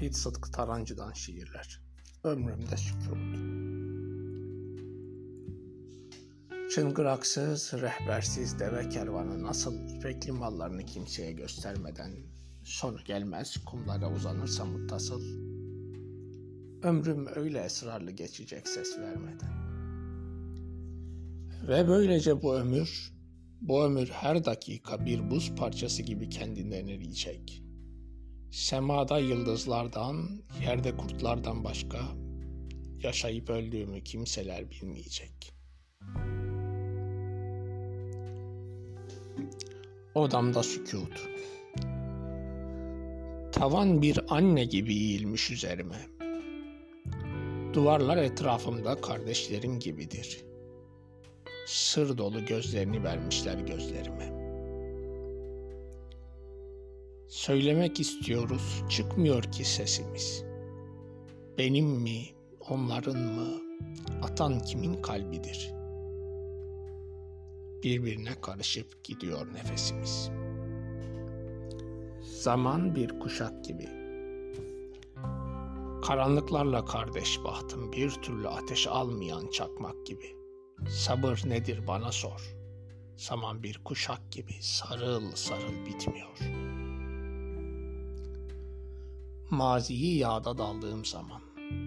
Vahit Sıtkı Tarancı'dan şiirler. Ömrümde sükût. Çıngıraksız, rehbersiz deve kervanı nasıl ipekli mallarını kimseye göstermeden sonu gelmez kumlara uzanırsa muttasıl, ömrüm öyle esrarlı geçecek ses vermeden. Ve böylece bu ömür her dakika bir buz parçası gibi kendinden eriyecek. Semada yıldızlardan, yerde kurtlardan başka yaşayıp öldüğümü kimseler bilmeyecek. Odamda sükût. Tavan bir anne gibi eğilmiş üzerime. Duvarlar etrafımda kardeşlerim gibidir. Sır dolu gözlerini vermişler gözlerime. Söylemek istiyoruz, çıkmıyor ki sesimiz. Benim mi, onların mı, atan kimin kalbidir? Birbirine karışıp gidiyor nefesimiz. Zaman bir kuşak gibi. Karanlıklarla kardeş bahtım, bir türlü ateş almayan çakmak gibi. Sabır nedir bana sor. Zaman bir kuşak gibi sarıl sarıl bitmiyor. Maziyi yağda daldığım zaman.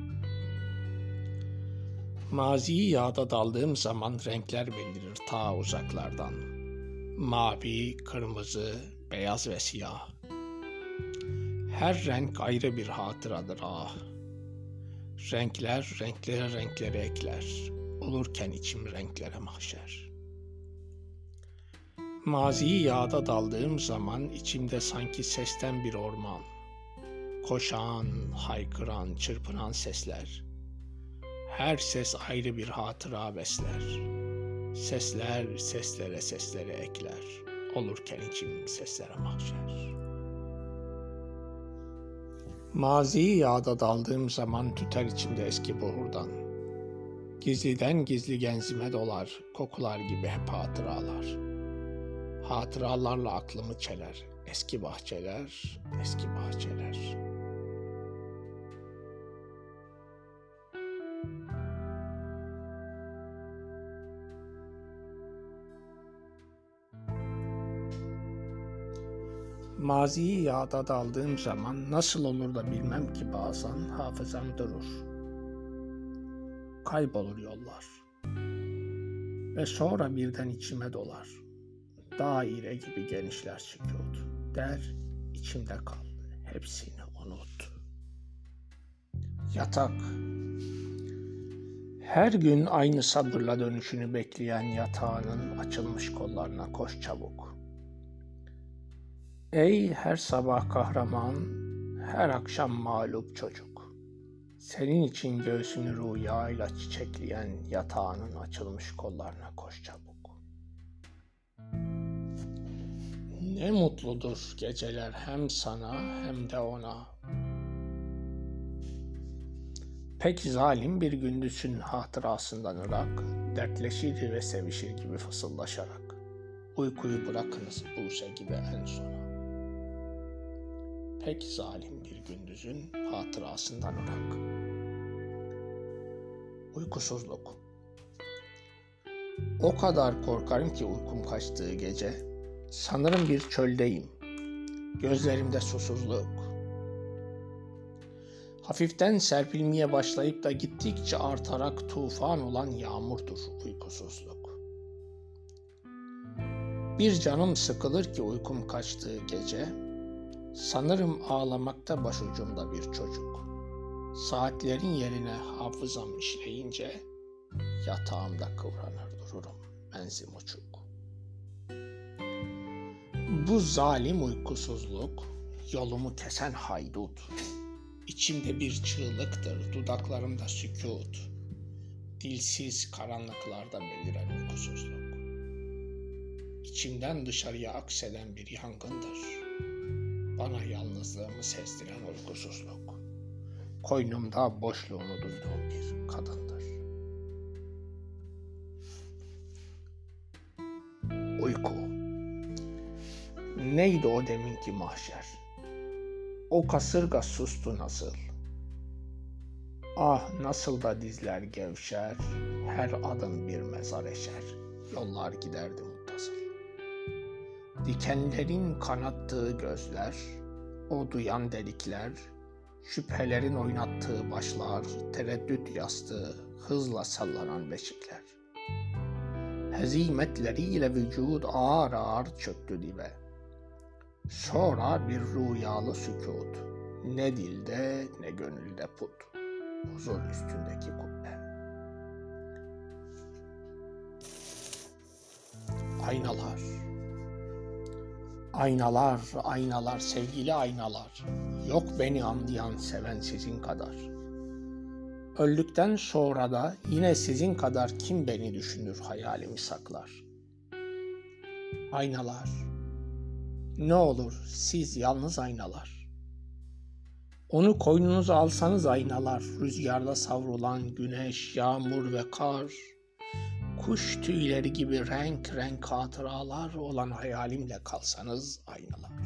Maziyi yağda daldığım zaman renkler belirir ta uzaklardan. Mavi, kırmızı, beyaz ve siyah. Her renk ayrı bir hatıradır ah. Renkler renklere ekler. Olurken içim renklere mahşer. Maziyi yağda daldığım zaman içimde sanki sesten bir orman. Koşan, haykıran, çırpınan sesler. Her ses ayrı bir hatıra besler. Sesler seslere ekler. Olurken içim seslere mahşer. Maziyi yağda daldığım zaman tüter içimde eski buhurdan. Gizliden gizli genzime dolar, kokular gibi hep hatıralar. Hatıralarla aklımı çeler, eski bahçeler, eski bahçeler. Maziyi yağda daldığım zaman nasıl olur da bilmem ki bazen hafızam durur. Kaybolur yollar. Ve sonra birden içime dolar. Daire gibi genişler sükût. Der içimde kal, hepsini unut. Yatak. Her gün aynı sabırla dönüşünü bekleyen yatağının açılmış kollarına koş çabuk. Ey her sabah kahraman, her akşam mağlup çocuk. Senin için göğsünü rüyayla çiçekleyen yatağının açılmış kollarına koş çabuk. Ne mutludur geceler hem sana hem de ona. Pek zalim bir gündüzün hatırasından ırak, dertleşir ve sevişir gibi fısıldaşarak. Uykuyu bırakınız Buse gibi en sona. Pek zalim bir gündüzün hatırasından ırak. Uykusuzluk. O kadar korkarım ki uykum kaçtığı gece. Sanırım bir çöldeyim. Gözlerimde susuzluk. Hafiften serpilmeye başlayıp da gittikçe artarak tufan olan yağmurdur uykusuzluk. Bir canım sıkılır ki uykum kaçtığı gece. Sanırım ağlamakta başucumda bir çocuk. Saatlerin yerine hafızam işleyince yatağımda kıvranır dururum menzim uçuk. Bu zalim uykusuzluk yolumu kesen haydut. İçimde bir çığlıktır, dudaklarımda sükût. Dilsiz karanlıklarda beliren uykusuzluk. İçimden dışarıya akseden bir yangındır. Bana yalnızlığımı sezdiren uykusuzluk. Koynumda boşluğunu duyduğum bir kadındır. Uyku. Neydi o deminki mahşer? O kasırga sustu nasıl. Ah nasıl da dizler gevşer, her adım bir mezar eşer, yollar giderdi muttasıl. Dikenlerin kanattığı gözler, o duyan delikler, şüphelerin oynattığı başlar, tereddüt yastığı, hızla sallanan beşikler. Hezimetleriyle vücud ağır ağır çöktü dibe. Sonra bir rüyalı sükût, ne dilde ne gönülde put, huzur üstündeki kubbe. Aynalar, aynalar, aynalar, sevgili aynalar, yok beni anlayan, seven sizin kadar. Öldükten sonra da yine sizin kadar kim beni düşünür, hayalimi saklar. Aynalar, ne olur siz yalnız aynalar. Onu koynunuza alsanız aynalar, rüzgarda savrulan güneş, yağmur ve kar, kuş tüyleri gibi renk renk hatıralar olan hayalimle kalsanız aynalar.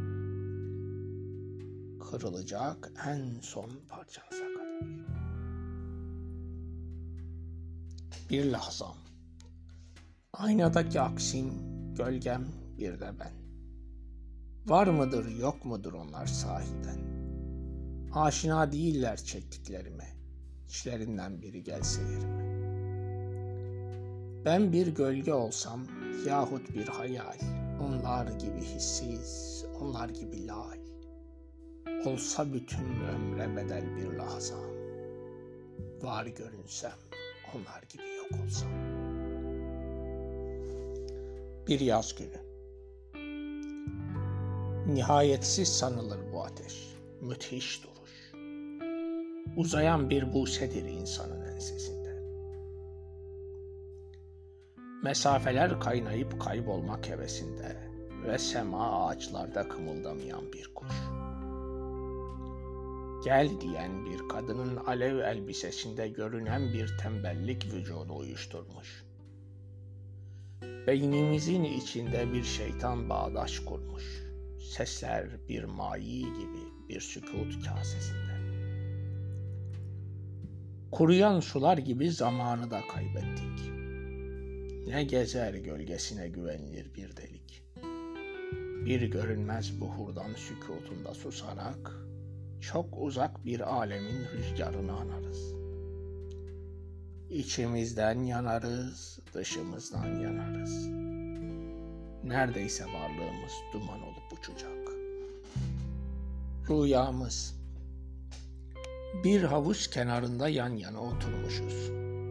Kırılacak en son parçanıza kadar. Bir lahzam, aynadaki aksim, gölgem bir de ben. Var mıdır yok mudur onlar sahiden? Aşina değiller çektiklerime, içlerinden biri gelse yerime. Ben bir gölge olsam yahut bir hayal, onlar gibi hissiz, onlar gibi lal. Olsa bütün ömre bedel bir lahzam, var görünsem onlar gibi yok olsam. Bir yaz günü. Nihayetsiz sanılır bu ateş, müthiş duruş. Uzayan bir busedir insanın ensesinde. Mesafeler kaynayıp kaybolmak hevesinde ve sema ağaçlarda kımıldamayan bir kuş. Gel diyen bir kadının alev elbisesinde görünen bir tembellik vücudu uyuşturmuş. Beynimizin içinde bir şeytan bağdaş kurmuş. Sesler bir mayi gibi bir sükût kasesinde. Kuruyan sular gibi zamanı da kaybettik. Ne gezer gölgesine güvenilir bir delik. Bir görünmez buhurdan sükûtunda susarak, çok uzak bir alemin rüzgarını anarız. İçimizden yanarız, dışımızdan yanarız. Neredeyse varlığımız duman olup uçacak. Rüyamız. Bir havuz kenarında yan yana oturmuşuz.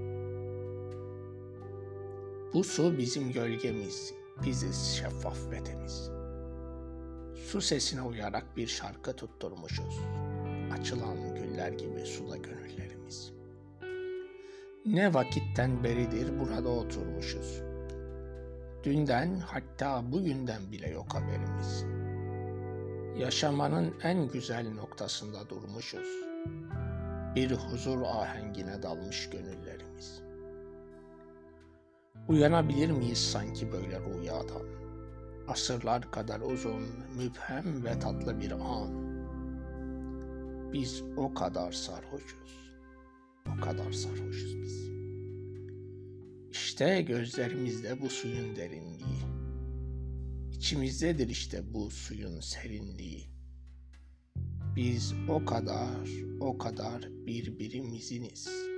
Bu su bizim gölgemiz, biziz şeffaf ve temiz. Su sesine uyarak bir şarkı tutturmuşuz. Açılan güller gibi suda gönüllerimiz. Ne vakitten beridir burada oturmuşuz. Dünden hatta bugünden bile yok haberimiz. Yaşamanın en güzel noktasında durmuşuz. Bir huzur ahengine dalmış gönüllerimiz. Uyanabilir miyiz sanki böyle rüyadan? Asırlar kadar uzun, müphem ve tatlı bir an. Biz o kadar sarhoşuz, o kadar sarhoşuz biz. İşte gözlerimizde bu suyun derinliği. İçimizdedir işte bu suyun serinliği. Biz o kadar birbirimiziz.